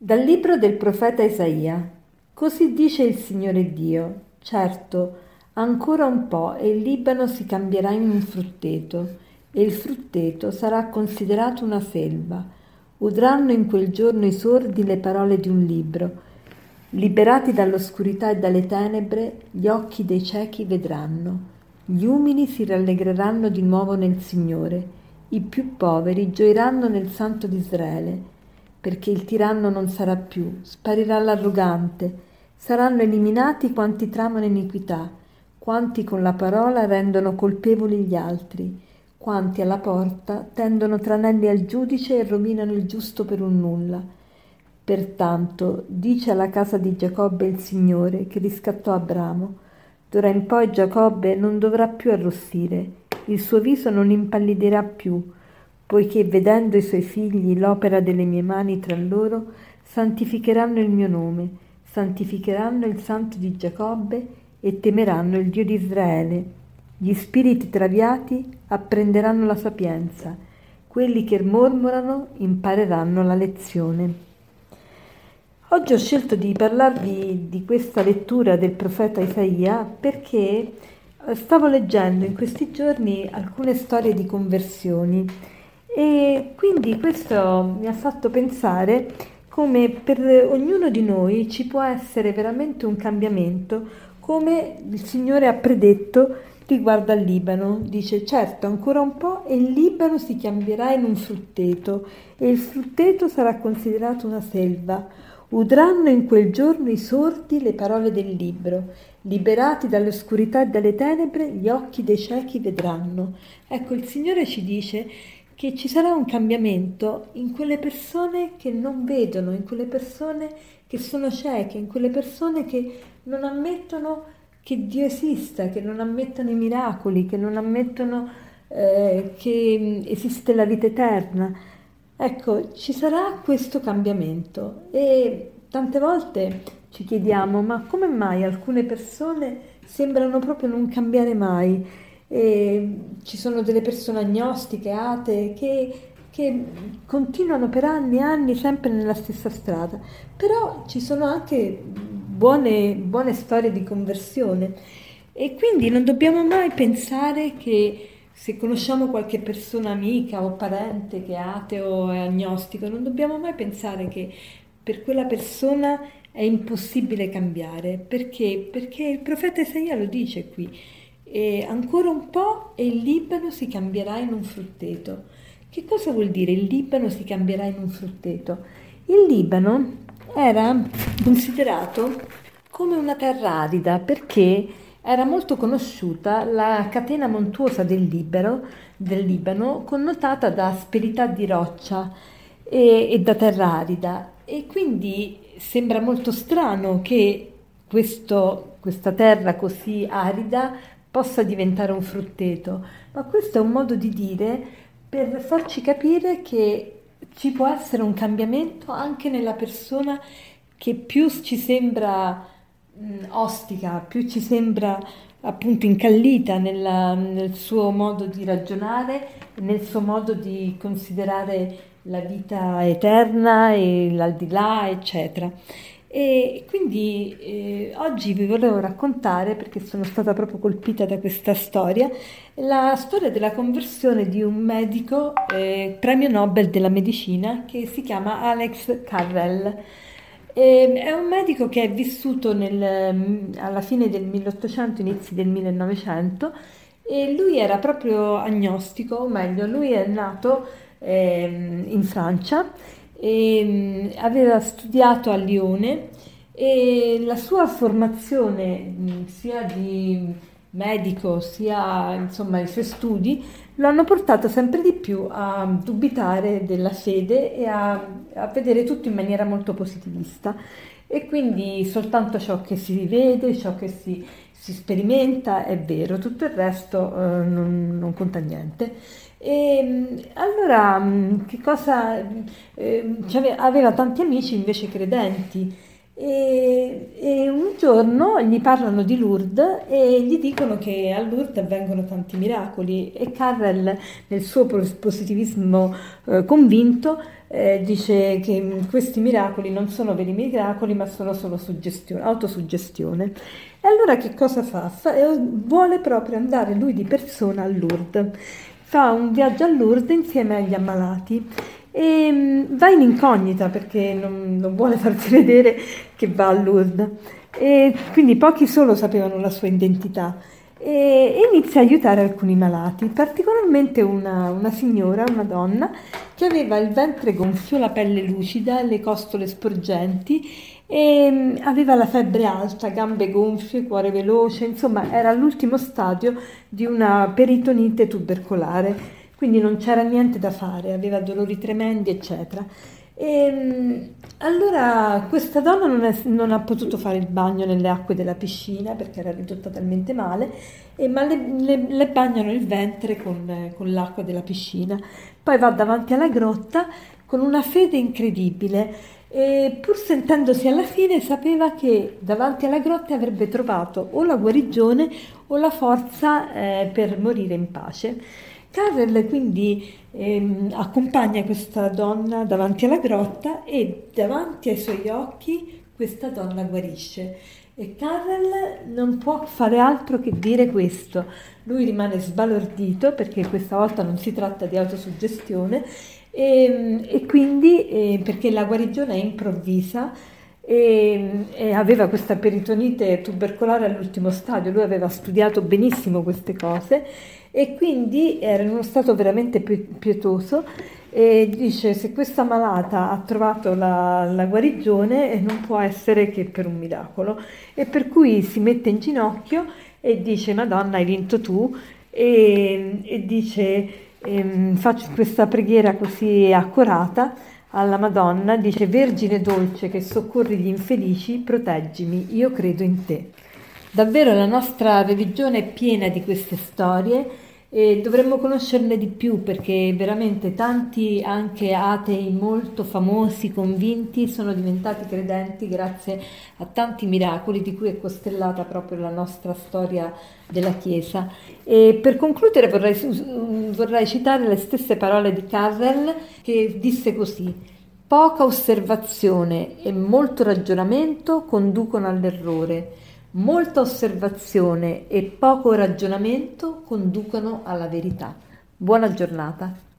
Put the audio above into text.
Dal libro del profeta Isaia. Così dice il Signore Dio: certo, ancora un po' e il Libano si cambierà in un frutteto, e il frutteto sarà considerato una selva. Udranno in quel giorno i sordi le parole di un libro. Liberati dall'oscurità e dalle tenebre, gli occhi dei ciechi vedranno. Gli umili si rallegreranno di nuovo nel Signore. I più poveri gioiranno nel Santo di Israele. Perché il tiranno non sarà più, sparirà l'arrogante, saranno eliminati quanti tramano iniquità, quanti con la parola rendono colpevoli gli altri, quanti alla porta tendono tranelli al giudice e rovinano il giusto per un nulla. Pertanto dice alla casa di Giacobbe il Signore che riscattò Abramo: d'ora in poi Giacobbe non dovrà più arrossire, il suo viso non impallidirà più, poiché vedendo i suoi figli l'opera delle mie mani tra loro, santificheranno il mio nome, santificheranno il Santo di Giacobbe e temeranno il Dio di Israele. Gli spiriti traviati apprenderanno la sapienza, quelli che mormorano impareranno la lezione. Oggi ho scelto di parlarvi di questa lettura del profeta Isaia perché stavo leggendo in questi giorni alcune storie di conversioni. E quindi questo mi ha fatto pensare come per ognuno di noi ci può essere veramente un cambiamento, come il Signore ha predetto riguardo al Libano. Dice: certo, ancora un po' e il Libano si cambierà in un frutteto e il frutteto sarà considerato una selva. Udranno in quel giorno i sordi le parole del libro. Liberati dall'oscurità e dalle tenebre, gli occhi dei ciechi vedranno. Ecco, il Signore ci dice che ci sarà un cambiamento in quelle persone che non vedono, in quelle persone che sono cieche, in quelle persone che non ammettono che Dio esista, che non ammettono i miracoli, che non ammettono che esiste la vita eterna. Ecco, ci sarà questo cambiamento e tante volte ci chiediamo: ma come mai alcune persone sembrano proprio non cambiare mai? E ci sono delle persone agnostiche, atee, che continuano per anni e anni sempre nella stessa strada, però ci sono anche buone storie di conversione e quindi non dobbiamo mai pensare che se conosciamo qualche persona amica o parente che è ateo o è agnostico, non dobbiamo mai pensare che per quella persona è impossibile cambiare. Perché? Perché il profeta Isaia lo dice qui. E ancora un po' e il Libano si cambierà in un frutteto. Che cosa vuol dire il Libano si cambierà in un frutteto? Il Libano era considerato come una terra arida perché era molto conosciuta la catena montuosa del Libano, connotata da asperità di roccia e da terra arida. E quindi sembra molto strano che questa terra così arida possa diventare un frutteto, ma questo è un modo di dire per farci capire che ci può essere un cambiamento anche nella persona che più ci sembra ostica, più ci sembra appunto incallita nel suo modo di ragionare, nel suo modo di considerare la vita eterna e l'aldilà, eccetera. E quindi oggi vi volevo raccontare, perché sono stata proprio colpita da questa storia, la storia della conversione di un medico premio Nobel della medicina che si chiama Alex Carrel. È un medico che è vissuto alla fine del 1800, inizi del 1900, e lui era proprio agnostico, o meglio, lui è nato in Francia e aveva studiato a Lione e la sua formazione sia di medico sia insomma i suoi studi lo hanno portato sempre di più a dubitare della fede e a vedere tutto in maniera molto positivista e quindi soltanto ciò che si vede, ciò che si sperimenta è vero, tutto il resto non conta niente. E allora che cosa aveva tanti amici invece credenti e un giorno gli parlano di Lourdes e gli dicono che a Lourdes avvengono tanti miracoli e Carrel nel suo positivismo convinto dice che questi miracoli non sono veri miracoli, ma sono solo autosuggestione. E allora che cosa fa? Vuole proprio andare lui di persona a Lourdes. Fa un viaggio a Lourdes insieme agli ammalati e va in incognita perché non vuole farsi vedere che va a Lourdes. E quindi pochi solo sapevano la sua identità e inizia a aiutare alcuni malati, particolarmente una signora, una donna, che aveva il ventre gonfio, la pelle lucida, le costole sporgenti e aveva la febbre alta, gambe gonfie, cuore veloce, insomma era all'ultimo stadio di una peritonite tubercolare, quindi non c'era niente da fare, aveva dolori tremendi, eccetera. Allora questa donna non ha potuto fare il bagno nelle acque della piscina perché era ridotta talmente male, ma le bagnano il ventre con l'acqua della piscina. Poi va davanti alla grotta con una fede incredibile e pur sentendosi alla fine sapeva che davanti alla grotta avrebbe trovato o la guarigione o la forza per morire in pace. Carrel quindi accompagna questa donna davanti alla grotta e davanti ai suoi occhi questa donna guarisce. E Carrel non può fare altro che dire questo. Lui rimane sbalordito perché questa volta non si tratta di autosuggestione e quindi perché la guarigione è improvvisa e aveva questa peritonite tubercolare all'ultimo stadio, lui aveva studiato benissimo queste cose e quindi era in uno stato veramente pietoso e dice se questa malata ha trovato la guarigione non può essere che per un miracolo e per cui si mette in ginocchio e dice Madonna hai vinto tu e dice faccio questa preghiera così accurata alla Madonna, dice Vergine dolce che soccorri gli infelici, proteggimi, io credo in te. Davvero la nostra religione è piena di queste storie e dovremmo conoscerne di più perché veramente tanti anche atei molto famosi, convinti, sono diventati credenti grazie a tanti miracoli di cui è costellata proprio la nostra storia della Chiesa. E per concludere vorrei citare le stesse parole di Carrel che disse così: poca osservazione e molto ragionamento conducono all'errore. Molta osservazione e poco ragionamento conducono alla verità. Buona giornata.